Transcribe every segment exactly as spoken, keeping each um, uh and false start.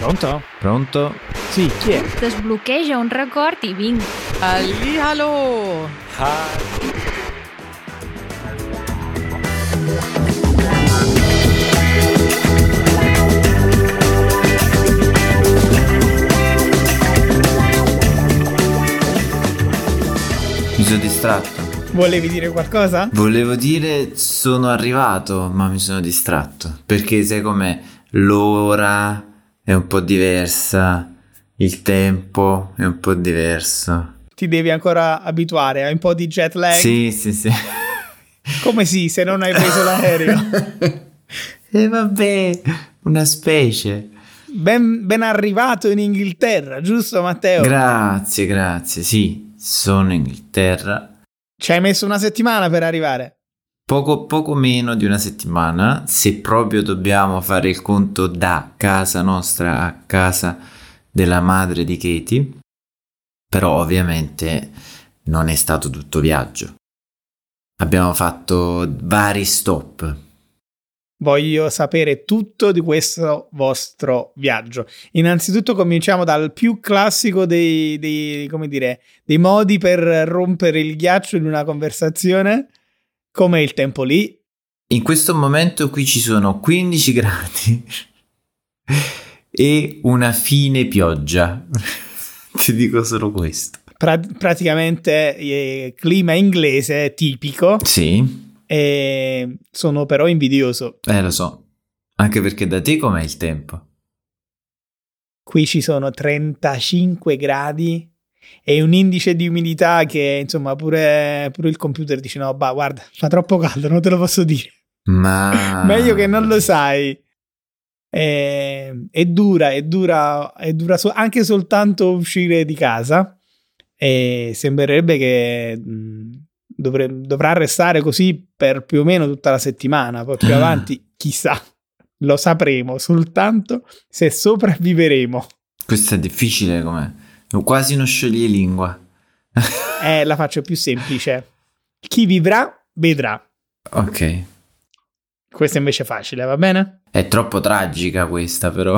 Pronto? Pronto? Sì, chi è? Desbloqueja un record i vinc. Hallihallo! Mi sono distratto. Volevi dire qualcosa? Volevo dire sono arrivato, ma mi sono distratto. Perché sai com'è? L'ora è un po' diversa, il tempo è un po' diverso. Ti devi ancora abituare, hai un po' di jet lag? Sì, sì, sì. Come sì, se non hai preso l'aereo? E vabbè, una specie. Ben, ben arrivato in Inghilterra, giusto Matteo? Grazie, grazie. Sì, sono in Inghilterra. Ci hai messo una settimana per arrivare? Poco, poco meno di una settimana, se proprio dobbiamo fare il conto da casa nostra a casa della madre di Katie. Però ovviamente non è stato tutto viaggio. Abbiamo fatto vari stop. Voglio sapere tutto di questo vostro viaggio. Innanzitutto cominciamo dal più classico dei, dei, come dire, dei modi per rompere il ghiaccio in una conversazione. Com'è il tempo lì? In questo momento qui ci sono quindici gradi e una fine pioggia. Ti dico solo questo. Pra- praticamente eh, clima inglese tipico. Sì. E sono però invidioso. Eh, lo so. Anche perché da te com'è il tempo? Qui ci sono trentacinque gradi e un indice di umidità che, insomma, pure, pure il computer dice no, bah, guarda, fa troppo caldo, non te lo posso dire. Ma... Meglio che non lo sai. È, è dura, è dura, è dura so- anche soltanto uscire di casa. E sembrerebbe che mh, dovre- dovrà restare così per più o meno tutta la settimana. Poi più avanti, chissà, lo sapremo soltanto se sopravviveremo. Questo è difficile com'è. Quasi uno scioglilingua. Eh, la faccio più semplice. Chi vivrà, vedrà. Ok. Questa invece è facile, va bene? È troppo tragica questa, però.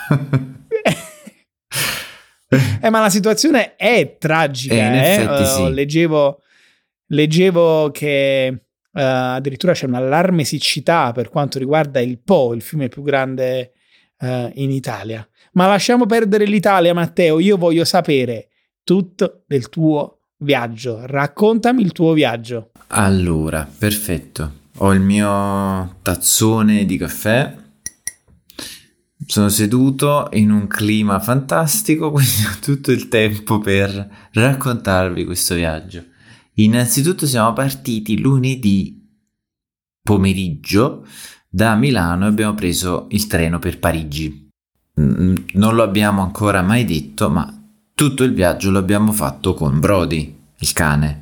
Eh, ma la situazione è tragica. Eh, in eh. effetti sì. Uh, leggevo, leggevo che uh, addirittura c'è un allarme siccità per quanto riguarda il Po, il fiume più grande uh, in Italia. Ma lasciamo perdere l'Italia, Matteo. Io voglio sapere tutto del tuo viaggio. Raccontami il tuo viaggio. Allora, perfetto. Ho il mio tazzone di caffè. Sono seduto in un clima fantastico, quindi ho tutto il tempo per raccontarvi questo viaggio. Innanzitutto siamo partiti lunedì pomeriggio da Milano e abbiamo preso il treno per Parigi. Non lo abbiamo ancora mai detto, ma tutto il viaggio lo abbiamo fatto con Brody, il cane.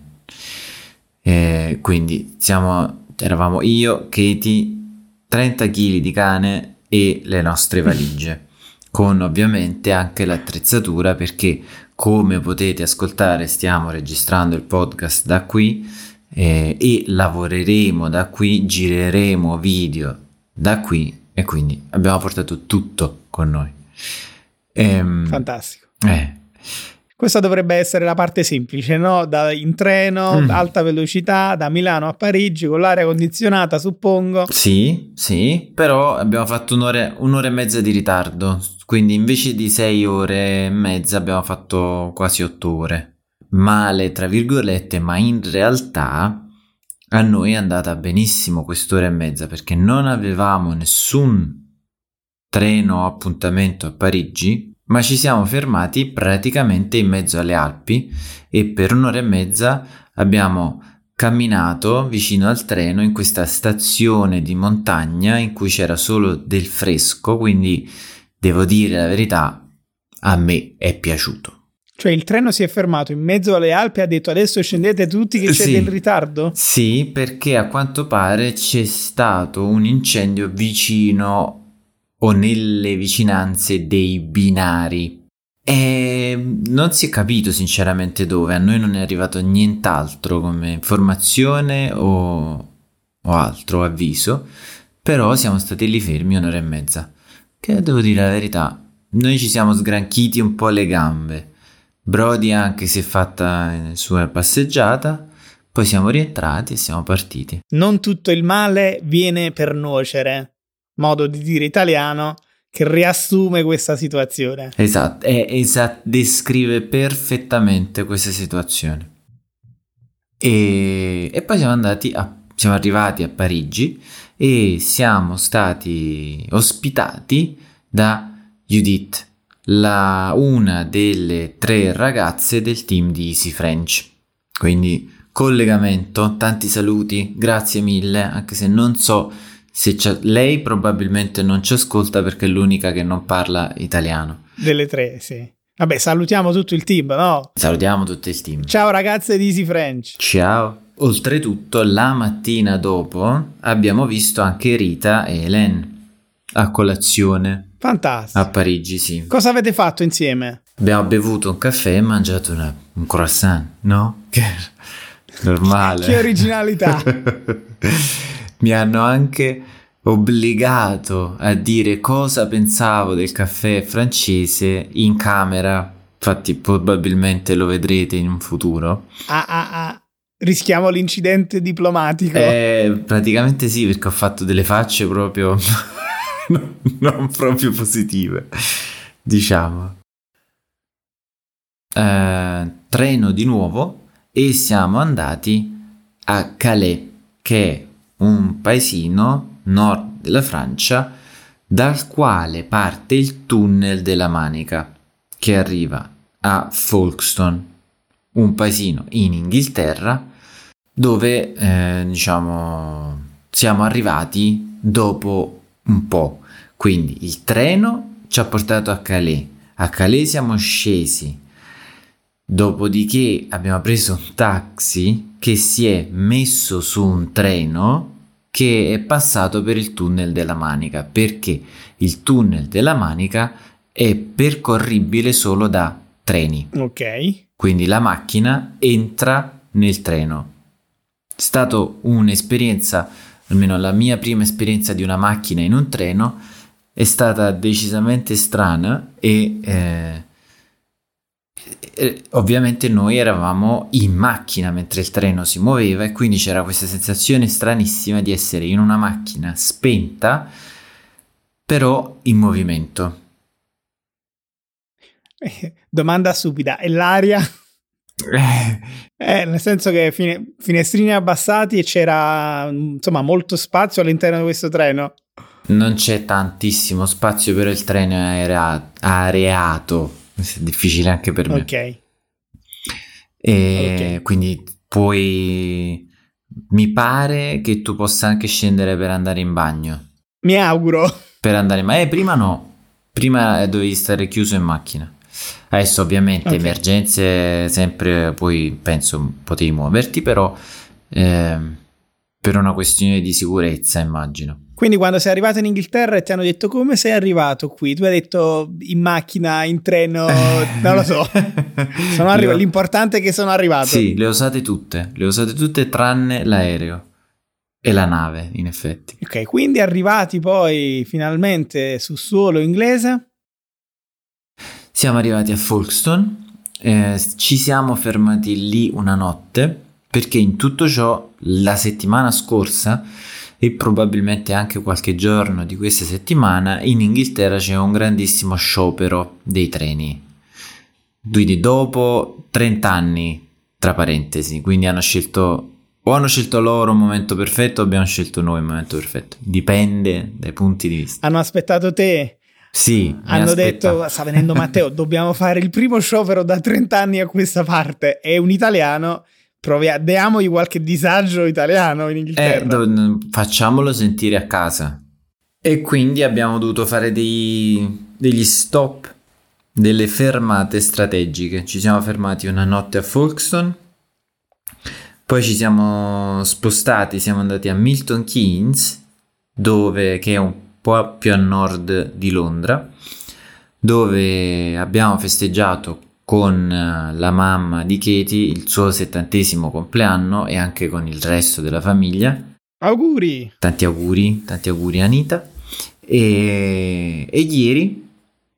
E quindi siamo, eravamo io, Katie, trenta chili di cane e le nostre valigie, con ovviamente anche l'attrezzatura, perché come potete ascoltare stiamo registrando il podcast da qui eh, e lavoreremo da qui, gireremo video da qui e quindi abbiamo portato tutto con noi. Ehm, Fantastico. Eh. Questa dovrebbe essere la parte semplice, no? Da, in treno, Mm. alta velocità, da Milano a Parigi, con l'aria condizionata, suppongo. Sì, sì, però abbiamo fatto un'ora, un'ora e mezza di ritardo, quindi invece di sei ore e mezza abbiamo fatto quasi otto ore. Male, tra virgolette, ma in realtà a noi è andata benissimo quest'ora e mezza, perché non avevamo nessun treno o appuntamento a Parigi, ma ci siamo fermati praticamente in mezzo alle Alpi e per un'ora e mezza abbiamo camminato vicino al treno in questa stazione di montagna in cui c'era solo del fresco, quindi devo dire la verità, a me è piaciuto. Cioè il treno si è fermato in mezzo alle Alpi e ha detto adesso scendete tutti che c'è Sì. del ritardo? Sì, perché a quanto pare c'è stato un incendio vicino o nelle vicinanze dei binari e non si è capito sinceramente dove. A noi non è arrivato nient'altro come informazione o, o altro avviso, però siamo stati lì fermi un'ora e mezza, che devo dire la verità noi ci siamo sgranchiti un po' le gambe. Brody anche si è fatta la sua passeggiata, poi siamo rientrati e siamo partiti. Non tutto il male viene per nuocere, modo di dire italiano che riassume questa situazione. Esatto, è, esatto, descrive perfettamente questa situazione. E, e poi siamo andati a, siamo arrivati a Parigi e siamo stati ospitati da Judith, la, una delle tre ragazze del team di Easy French. Quindi collegamento, tanti saluti, grazie mille, anche se non so se lei probabilmente non ci ascolta perché è l'unica che non parla italiano. Delle tre, sì. Vabbè, salutiamo tutto il team, no? Salutiamo tutto il team. Ciao ragazze di Easy French. Ciao. Oltretutto, la mattina dopo abbiamo visto anche Rita e Hélène a colazione. Fantastico. A Parigi, sì. Cosa avete fatto insieme? Abbiamo bevuto un caffè e mangiato una, un croissant, no? Che normale. Che originalità. Mi hanno anche obbligato a dire cosa pensavo del caffè francese in camera. Infatti probabilmente lo vedrete in un futuro. Ah ah ah. Rischiamo l'incidente diplomatico. Eh, praticamente sì, perché ho fatto delle facce proprio non proprio positive, diciamo. Eh, treno di nuovo e siamo andati a Calais, che è un paesino nord della Francia dal quale parte il tunnel della Manica, che arriva a Folkestone, un paesino in Inghilterra dove eh, diciamo siamo arrivati dopo un po'. Quindi il treno ci ha portato a Calais, a Calais siamo scesi, dopodiché abbiamo preso un taxi che si è messo su un treno che è passato per il tunnel della Manica, perché il tunnel della Manica è percorribile solo da treni. Ok. Quindi la macchina entra nel treno. È stata un'esperienza, almeno la mia prima esperienza di una macchina in un treno, è stata decisamente strana e eh, eh, ovviamente noi eravamo in macchina mentre il treno si muoveva e quindi c'era questa sensazione stranissima di essere in una macchina spenta però in movimento. Eh, domanda stupida, e l'aria? Eh, nel senso che fine, finestrini abbassati e c'era insomma molto spazio all'interno di questo treno. Non c'è tantissimo spazio, però il treno è area- areato, è difficile anche per me. Ok. E Ok. quindi puoi, mi pare che tu possa anche scendere per andare in bagno. Mi auguro. Per andare, ma eh, prima no, prima dovevi stare chiuso in macchina. Adesso ovviamente Ok. emergenze sempre poi penso potevi muoverti, però eh, per una questione di sicurezza immagino. Quindi quando sei arrivato in Inghilterra e ti hanno detto come sei arrivato qui, tu hai detto in macchina, in treno, non lo so. Sono arri- Le ho- L'importante è che sono arrivato. Sì, le ho usate tutte, le ho usate tutte tranne l'aereo e la nave in effetti. Ok, quindi arrivati poi finalmente su suolo inglese. Siamo arrivati a Folkestone, eh, ci siamo fermati lì una notte perché in tutto ciò la settimana scorsa e probabilmente anche qualche giorno di questa settimana in Inghilterra c'è un grandissimo sciopero dei treni. Quindi dopo trenta anni, tra parentesi, quindi hanno scelto o hanno scelto loro un momento perfetto o abbiamo scelto noi un momento perfetto. Dipende dai punti di vista. Hanno aspettato te. Sì, mi Hanno aspetta- detto, sta venendo Matteo, dobbiamo fare il primo sciopero da trenta anni a questa parte. È un italiano, proviamo, diamogli qualche disagio italiano in Eh, Inghilterra. do- facciamolo sentire a casa. E quindi abbiamo dovuto fare dei, degli stop, delle fermate strategiche. Ci siamo fermati una notte a Folkestone, poi ci siamo spostati, siamo andati a Milton Keynes, dove, che è un po' più a nord di Londra, dove abbiamo festeggiato con eh, la mamma di Katie il suo settantesimo compleanno e anche con il resto della famiglia. Auguri! Tanti auguri, tanti auguri Anita. E, e ieri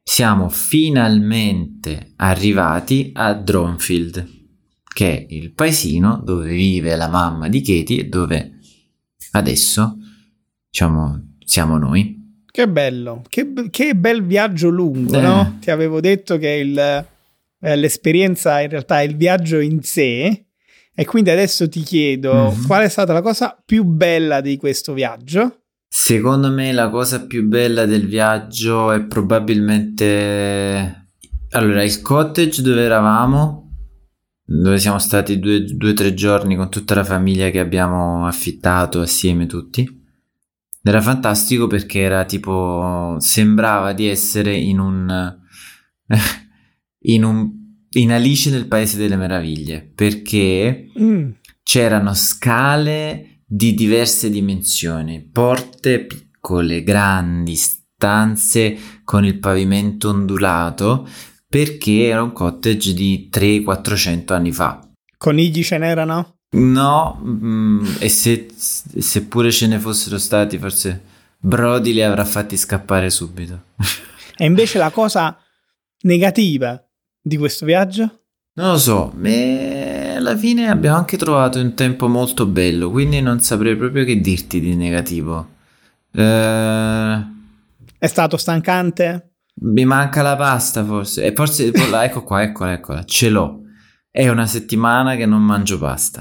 siamo finalmente arrivati a Dronfield, che è il paesino dove vive la mamma di Katie e dove adesso, diciamo, siamo noi. Che bello, che, che bel viaggio lungo, eh. no? Ti avevo detto che il, eh, l'esperienza in realtà è il viaggio in sé, e quindi adesso ti chiedo mm-hmm. qual è stata la cosa più bella di questo viaggio? Secondo me la cosa più bella del viaggio è probabilmente... Allora, il cottage dove eravamo, dove siamo stati due o tre giorni con tutta la famiglia che abbiamo affittato assieme tutti. Era fantastico perché era tipo, sembrava di essere in un in un in Alice nel Paese delle Meraviglie, perché mm. c'erano scale di diverse dimensioni, porte piccole, grandi, stanze con il pavimento ondulato, perché era un cottage di trecento quattrocento anni fa. Conigli ce n'erano? No, mh, e se seppure ce ne fossero stati, forse Brody li avrà fatti scappare subito. E invece la cosa negativa di questo viaggio? Non lo so, e alla fine abbiamo anche trovato un tempo molto bello, quindi non saprei proprio che dirti di negativo. Eh... È stato stancante? Mi manca la pasta forse, e forse ecco qua, eccola, eccola, ce l'ho. È una settimana che non mangio pasta.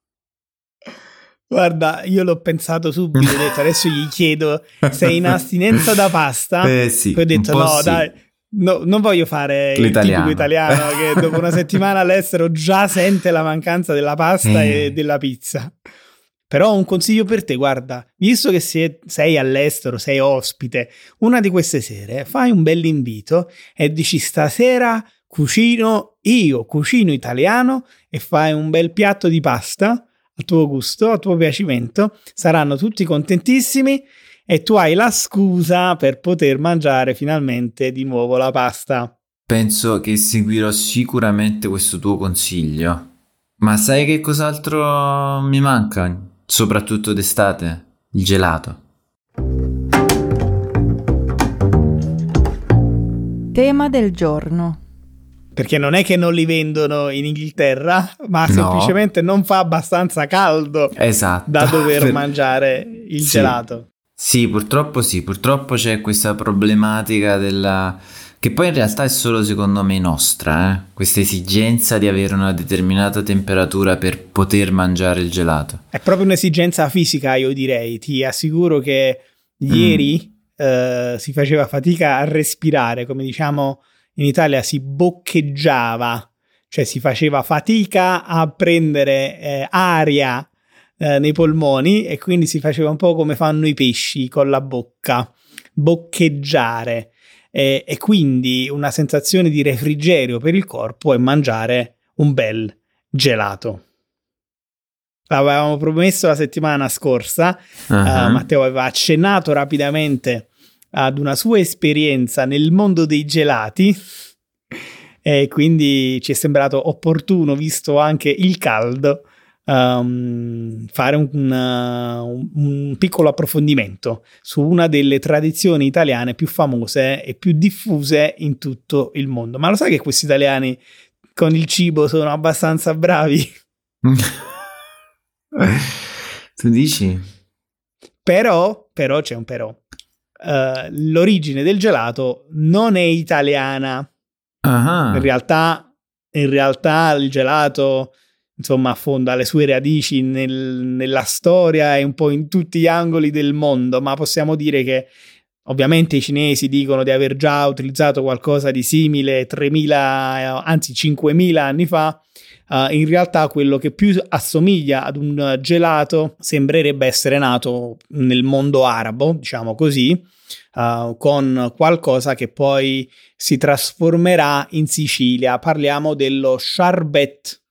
Guarda, io l'ho pensato subito, ho detto adesso gli chiedo se è in astinenza da pasta. Eh sì, poi ho detto no, sì. dai, no, non voglio fare l'italiano. Il tipico italiano che dopo una settimana all'estero già sente la mancanza della pasta eh. e della pizza. Però ho un consiglio per te, guarda, visto che sei, sei all'estero, sei ospite, una di queste sere fai un bel invito e dici stasera cucino io, cucino italiano, e fai un bel piatto di pasta a tuo gusto, a tuo piacimento, saranno tutti contentissimi e tu hai la scusa per poter mangiare finalmente di nuovo la pasta. Penso che seguirò sicuramente questo tuo consiglio, ma sai che cos'altro mi manca, soprattutto d'estate? Il gelato. Tema del giorno. Perché non è che non li vendono in Inghilterra, ma no. semplicemente non fa abbastanza caldo esatto. da dover per... mangiare il sì. gelato. Sì, purtroppo sì, purtroppo c'è questa problematica della... che poi in realtà è solo secondo me nostra, eh? Questa esigenza di avere una determinata temperatura per poter mangiare il gelato. È proprio un'esigenza fisica, io direi. Ti assicuro che ieri mm. eh, si faceva fatica a respirare, come diciamo in Italia si boccheggiava, cioè si faceva fatica a prendere eh, aria eh, nei polmoni, e quindi si faceva un po' come fanno i pesci con la bocca, boccheggiare, e, e quindi una sensazione di refrigerio per il corpo e mangiare un bel gelato. L'avevamo promesso la settimana scorsa, uh-huh. uh, Matteo aveva accennato rapidamente ad una sua esperienza nel mondo dei gelati, e quindi ci è sembrato opportuno, visto anche il caldo, um, fare un, un, un piccolo approfondimento su una delle tradizioni italiane più famose e più diffuse in tutto il mondo. Ma lo sai che questi italiani con il cibo sono abbastanza bravi? Tu dici? Però, però c'è un però. Uh, l'origine del gelato non è italiana. Uh-huh. In realtà, in realtà il gelato, insomma, affonda le sue radici nel, nella storia e un po' in tutti gli angoli del mondo, ma possiamo dire che ovviamente i cinesi dicono di aver già utilizzato qualcosa di simile tremila, anzi cinquemila anni fa. Uh, in realtà quello che più assomiglia ad un gelato sembrerebbe essere nato nel mondo arabo, diciamo così, uh, con qualcosa che poi si trasformerà in Sicilia. Parliamo dello sharbet.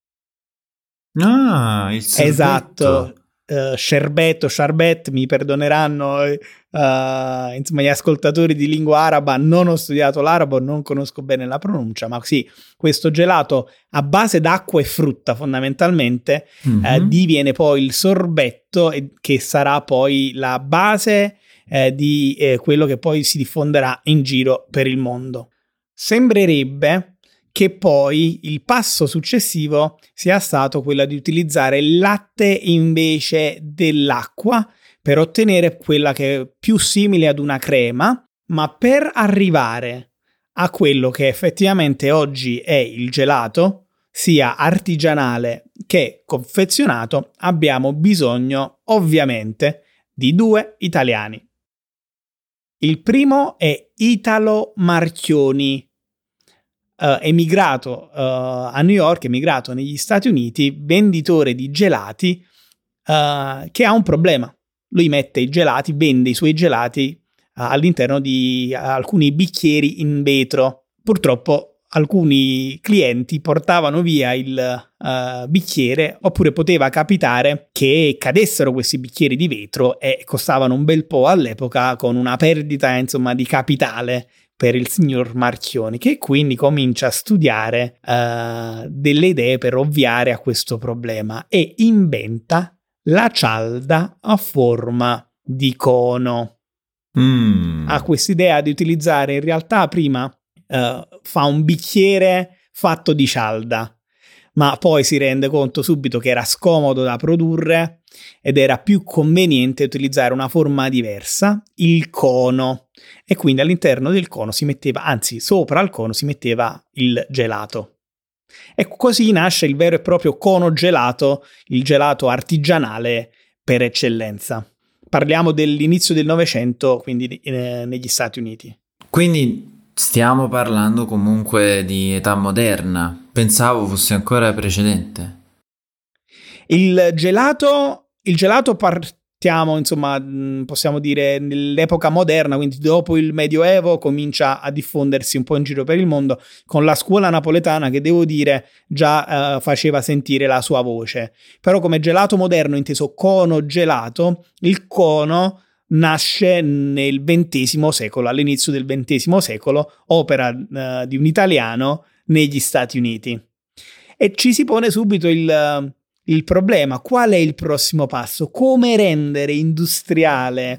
Ah, il sorbetto. Esatto. Uh, sherbet o sharbet, mi perdoneranno uh, insomma gli ascoltatori di lingua araba, non ho studiato l'arabo, non conosco bene la pronuncia, ma sì, questo gelato a base d'acqua e frutta fondamentalmente mm-hmm. uh, diviene poi il sorbetto, e che sarà poi la base eh, di eh, quello che poi si diffonderà in giro per il mondo. Sembrerebbe che poi il passo successivo sia stato quello di utilizzare il latte invece dell'acqua per ottenere quella che è più simile ad una crema, ma per arrivare a quello che effettivamente oggi è il gelato, sia artigianale che confezionato, abbiamo bisogno ovviamente di due italiani. Il primo è Italo Marchioni, Uh, emigrato uh, a New York, emigrato negli Stati Uniti, venditore di gelati, uh, che ha un problema. Lui mette i gelati, vende i suoi gelati uh, all'interno di uh, alcuni bicchieri in vetro. Purtroppo alcuni clienti portavano via il uh, bicchiere, oppure poteva capitare che cadessero questi bicchieri di vetro e costavano un bel po' all'epoca, con una perdita, insomma, di capitale per il signor Marchioni, che quindi comincia a studiare uh, delle idee per ovviare a questo problema e inventa la cialda a forma di cono. Mm. Ha quest'idea di utilizzare, in realtà prima uh, fa un bicchiere fatto di cialda, ma poi si rende conto subito che era scomodo da produrre ed era più conveniente utilizzare una forma diversa, il cono, e quindi all'interno del cono si metteva, anzi sopra il cono si metteva il gelato. E così nasce il vero e proprio cono gelato, il gelato artigianale per eccellenza. Parliamo dell'inizio del Novecento, quindi eh, negli Stati Uniti. Quindi stiamo parlando comunque di età moderna. Pensavo fosse ancora precedente. Il gelato, il gelato partiamo, insomma, possiamo dire nell'epoca moderna, quindi dopo il Medioevo comincia a diffondersi un po' in giro per il mondo, con la scuola napoletana che, devo dire, già uh, faceva sentire la sua voce. Però come gelato moderno, inteso cono gelato, il cono nasce nel ventesimo secolo, all'inizio del ventesimo secolo, opera uh, di un italiano negli Stati Uniti. E ci si pone subito il... Uh, Il problema, qual è il prossimo passo? Come rendere industriale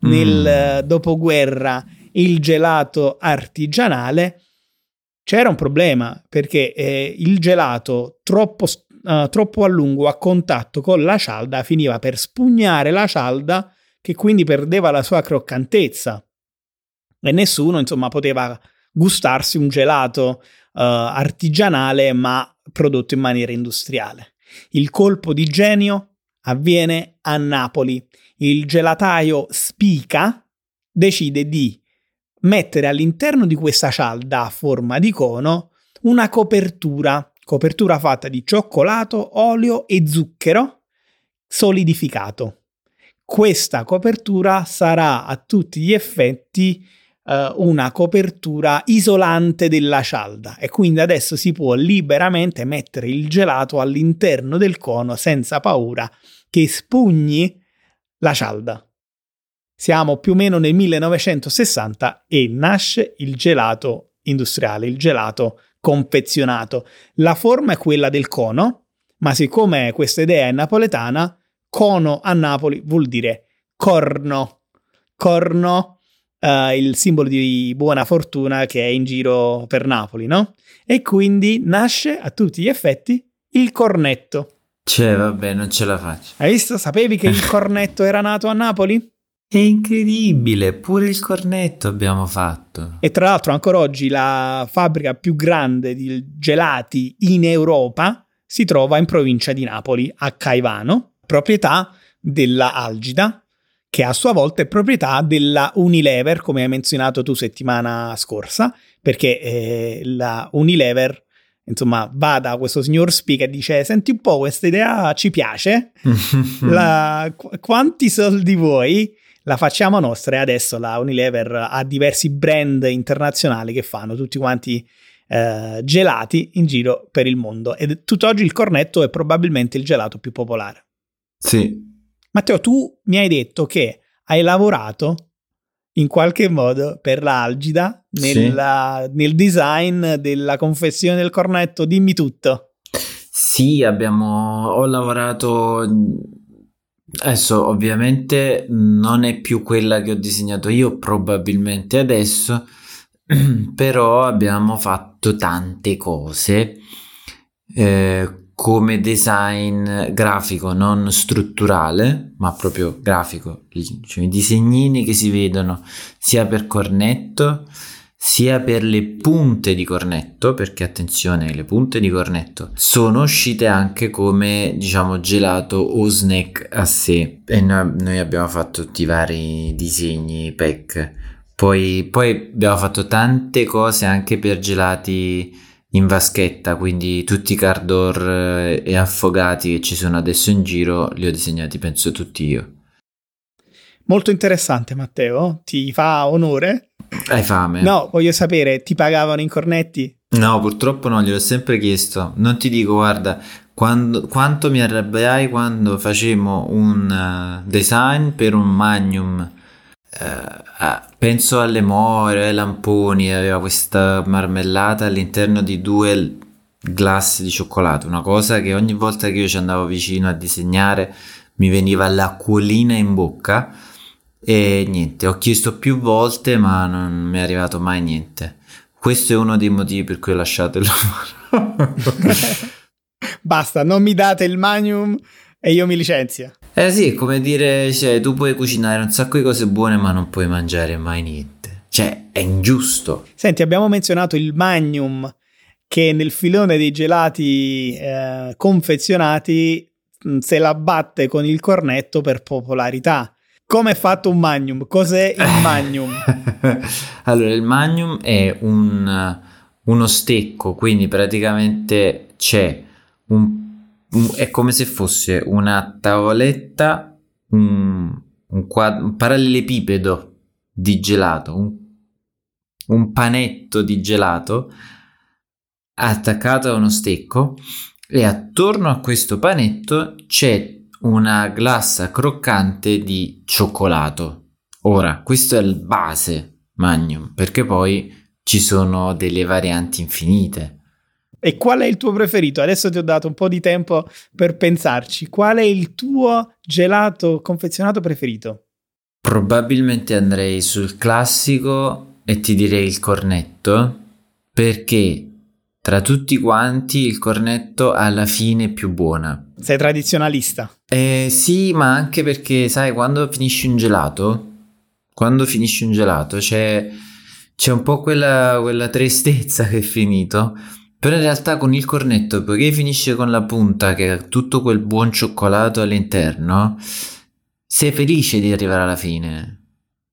nel mm. dopoguerra il gelato artigianale? C'era un problema, perché eh, il gelato troppo, uh, troppo a lungo a contatto con la cialda finiva per spugnare la cialda, che quindi perdeva la sua croccantezza, e nessuno, insomma, poteva gustarsi un gelato uh, artigianale ma prodotto in maniera industriale. Il colpo di genio avviene a Napoli. Il gelataio Spica decide di mettere all'interno di questa cialda a forma di cono una copertura, copertura fatta di cioccolato, olio e zucchero solidificato. Questa copertura sarà a tutti gli effetti Uh, una copertura isolante della cialda, e quindi adesso si può liberamente mettere il gelato all'interno del cono senza paura che spugni la cialda. Siamo più o meno nel millenovecentosessanta e nasce il gelato industriale, il gelato confezionato. La forma è quella del cono, ma siccome questa idea è napoletana, cono a Napoli vuol dire corno. Corno Uh, il simbolo di buona fortuna che è in giro per Napoli, no? E quindi nasce a tutti gli effetti il cornetto. Cioè, vabbè, non ce la faccio. Hai visto? Sapevi che il cornetto era nato a Napoli? È incredibile, pure il cornetto abbiamo fatto. E tra l'altro ancora oggi la fabbrica più grande di gelati in Europa si trova in provincia di Napoli, a Caivano, proprietà della Algida, che a sua volta è proprietà della Unilever, come hai menzionato tu settimana scorsa, perché eh, la Unilever, insomma, va da questo signor Spica e dice: senti un po', questa idea ci piace, la, qu- quanti soldi vuoi? La facciamo nostra. E adesso la Unilever ha diversi brand internazionali che fanno tutti quanti eh, gelati in giro per il mondo, ed tutt'oggi il cornetto è probabilmente il gelato più popolare. Sì. Matteo, tu mi hai detto che hai lavorato in qualche modo per la Algida nella, sì. nel design della confezione del cornetto. Dimmi tutto. Sì, abbiamo, ho lavorato Adesso ovviamente non è più quella che ho disegnato io, probabilmente adesso, però abbiamo fatto tante cose eh, come design grafico, non strutturale, ma proprio grafico, cioè i disegnini che si vedono sia per cornetto sia per le punte di cornetto, perché attenzione, le punte di cornetto sono uscite anche come, diciamo, gelato o snack a sé, e noi, noi abbiamo fatto tutti i vari disegni pack. Poi, poi abbiamo fatto tante cose anche per gelati in vaschetta, quindi tutti i Cardor e affogati che ci sono adesso in giro li ho disegnati, penso, tutti io. Molto interessante, Matteo, ti fa onore. Hai fame? No, voglio sapere, ti pagavano in cornetti? No, purtroppo no, gliel'ho sempre chiesto. Non ti dico, guarda, quando, quanto mi arrabbiai quando facemmo un uh, design per un Magnum. Uh, uh, penso alle more, ai lamponi, aveva questa marmellata all'interno di due glass di cioccolato, una cosa che ogni volta che io ci andavo vicino a disegnare mi veniva l'acquolina in bocca. E niente, ho chiesto più volte ma non mi è arrivato mai niente. Questo è uno dei motivi per cui ho lasciato il lavoro. Basta, non mi date il Magnum e io mi licenzio. Eh sì, è come dire, cioè, tu puoi cucinare un sacco di cose buone ma non puoi mangiare mai niente. Cioè, è ingiusto. Senti, abbiamo menzionato il Magnum, che nel filone dei gelati eh, confezionati mh, se la batte con il cornetto per popolarità. Come è fatto un Magnum? Cos'è il Magnum? Allora, il Magnum è un, uno stecco, quindi praticamente c'è un, un è come se fosse una tavoletta, un, un, quad, un parallelepipedo di gelato, un, un panetto di gelato attaccato a uno stecco, e attorno a questo panetto c'è una glassa croccante di cioccolato. Ora, questo è il base Magnum, perché poi ci sono delle varianti infinite. E qual è il tuo preferito? Adesso ti ho dato un po' di tempo per pensarci. Qual è il tuo gelato confezionato preferito? Probabilmente andrei sul classico e ti direi il cornetto, perché tra tutti quanti il cornetto alla fine è più buona. Sei tradizionalista? Eh, sì, ma anche perché, sai, quando finisci un gelato, quando finisci un gelato c'è, c'è un po' quella, quella tristezza che è finito, però in realtà con il cornetto, poiché finisce con la punta che ha tutto quel buon cioccolato all'interno, sei felice di arrivare alla fine.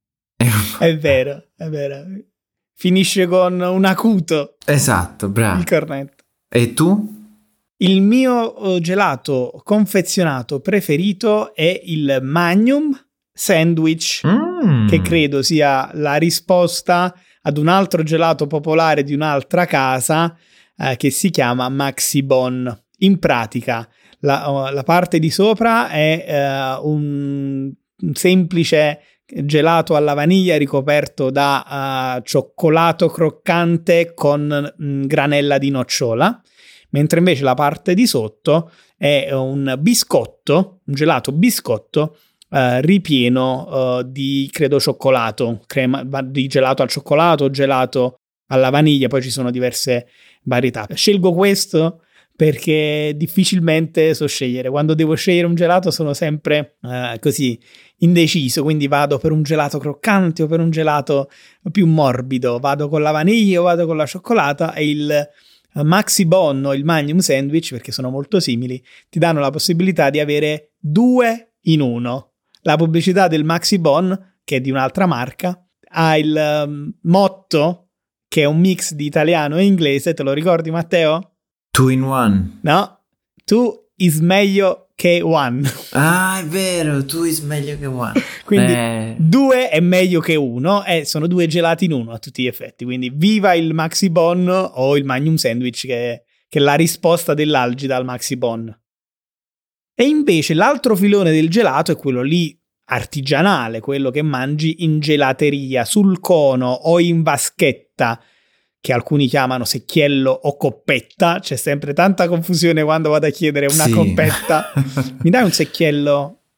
È vero, è vero. Finisce con un acuto. Esatto, bravo. Il cornetto. E tu? Il mio gelato confezionato preferito è il Magnum Sandwich, mm. che credo sia la risposta ad un altro gelato popolare di un'altra casa eh, che si chiama Maxi Bon. In pratica, la, la parte di sopra è eh, un, un semplice gelato alla vaniglia ricoperto da uh, cioccolato croccante con mh, granella di nocciola, mentre invece la parte di sotto è un biscotto, un gelato biscotto uh, ripieno uh, di, credo, cioccolato, crema di gelato al cioccolato, gelato alla vaniglia, poi ci sono diverse varietà. Scelgo questo perché difficilmente so scegliere. Quando devo scegliere un gelato sono sempre uh, così indeciso, quindi vado per un gelato croccante o per un gelato più morbido, vado con la vaniglia o vado con la cioccolata. E il Maxi Bon o il Magnum Sandwich, perché sono molto simili, ti danno la possibilità di avere due in uno. La pubblicità del Maxi Bon, che è di un'altra marca, ha il um, motto, che è un mix di italiano e inglese. Te lo ricordi, Matteo? Two in one. No, two is meglio che one. Ah, è vero, two is meglio che one. Quindi eh. due è meglio che uno, e sono due gelati in uno a tutti gli effetti. Quindi viva il Maxi Bon o il Magnum Sandwich, che, che è la risposta dell'Algida al Maxi Bon. E invece l'altro filone del gelato è quello lì artigianale, quello che mangi in gelateria, sul cono o in vaschetta, che alcuni chiamano secchiello o coppetta. C'è sempre tanta confusione quando vado a chiedere una sì. coppetta. Mi dai un secchiello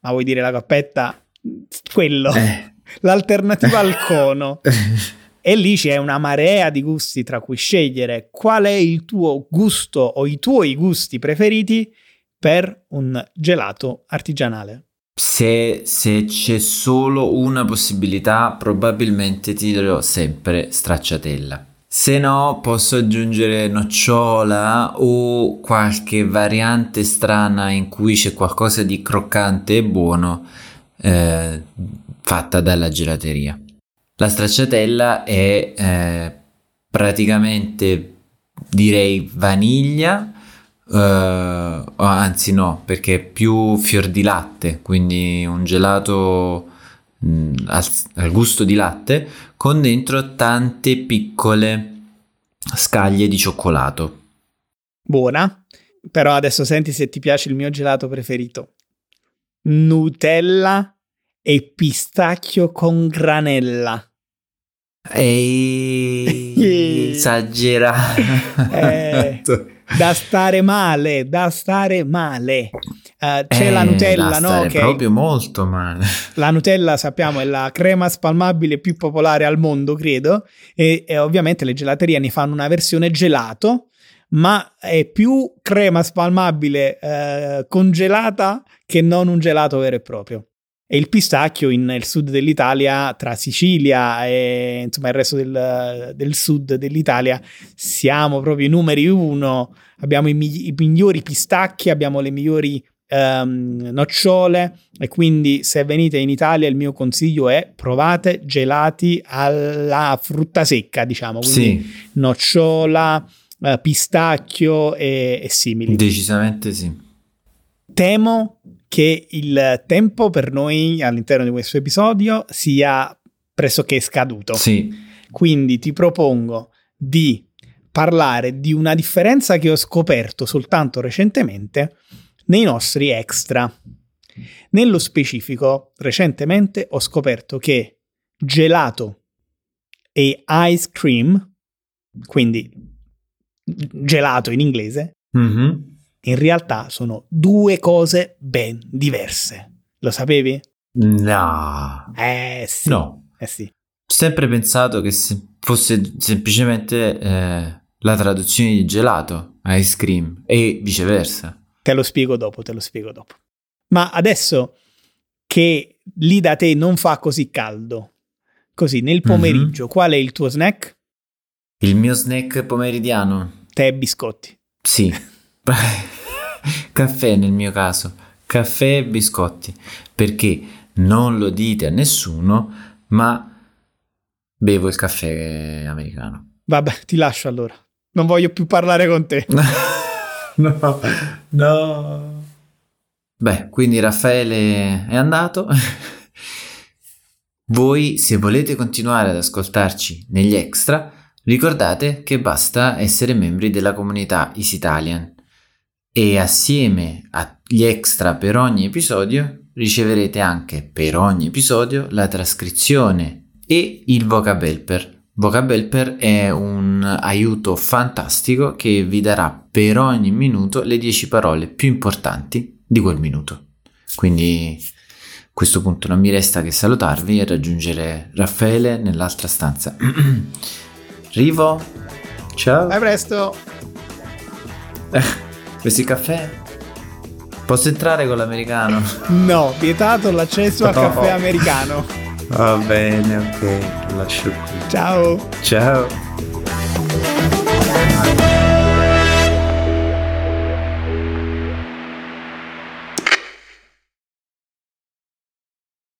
ma vuoi dire la coppetta? Quello, Eh. l'alternativa al cono. E lì c'è una marea di gusti tra cui scegliere. Qual è il tuo gusto o i tuoi gusti preferiti per un gelato artigianale? Se, se c'è solo una possibilità, probabilmente ti dirò sempre stracciatella. Se no, posso aggiungere nocciola o qualche variante strana in cui c'è qualcosa di croccante e buono, eh, fatta dalla gelateria. La stracciatella è eh, praticamente, direi, vaniglia. Uh, anzi no, perché è più fior di latte, quindi un gelato mh, al, al gusto di latte con dentro tante piccole scaglie di cioccolato. Buona, però adesso senti se ti piace il mio gelato preferito: Nutella e pistacchio con granella. Ehi, esagerato. Eh, da stare male, da stare male. Uh, c'è eh, la Nutella, da no? stare Che proprio molto male. La Nutella, sappiamo, è la crema spalmabile più popolare al mondo, credo, e, e ovviamente le gelaterie ne fanno una versione gelato, ma è più crema spalmabile eh, congelata che non un gelato vero e proprio. E il pistacchio in, nel sud dell'Italia, tra Sicilia e insomma il resto del, del sud dell'Italia, siamo proprio i numeri uno. Abbiamo i, migli- i migliori pistacchi, abbiamo le migliori um, nocciole, e quindi se venite in Italia il mio consiglio è: provate gelati alla frutta secca, diciamo, quindi Sì, nocciola, uh, pistacchio e, e simili. decisamente sì. Temo che il tempo per noi all'interno di questo episodio sia pressoché scaduto. Sì. Quindi ti propongo di parlare di una differenza che ho scoperto soltanto recentemente nei nostri extra. Nello specifico, recentemente ho scoperto che gelato e ice cream, quindi gelato in inglese, Mm-hmm. in realtà sono due cose ben diverse. Lo sapevi? No. Eh sì. No. Eh sì. Ho sempre pensato che se fosse semplicemente eh, la traduzione di gelato, ice cream, e viceversa. Te lo spiego dopo, te lo spiego dopo. Ma adesso che lì da te non fa così caldo, così nel pomeriggio, mm-hmm. qual è il tuo snack? Il mio snack pomeridiano? Tè e biscotti. Sì. Caffè nel mio caso. Caffè e biscotti. Perché non lo dite a nessuno, ma bevo il caffè americano. Vabbè, ti lascio allora. Non voglio più parlare con te. No, no. Beh, quindi Raffaele è andato. Voi, se volete continuare ad ascoltarci negli extra, ricordate che basta essere membri della comunità Easy Italian e assieme agli extra per ogni episodio riceverete anche per ogni episodio la trascrizione e il vocab helper. Vocab helper è un aiuto fantastico che vi darà per ogni minuto le dieci parole più importanti di quel minuto. Quindi a questo punto non mi resta che salutarvi e raggiungere Raffaele nell'altra stanza. Rivo, ciao. A presto. Questi il caffè? Posso entrare con l'americano? No, vietato l'accesso al caffè americano. Va bene, ok, lo lascio qui. Ciao. Ciao.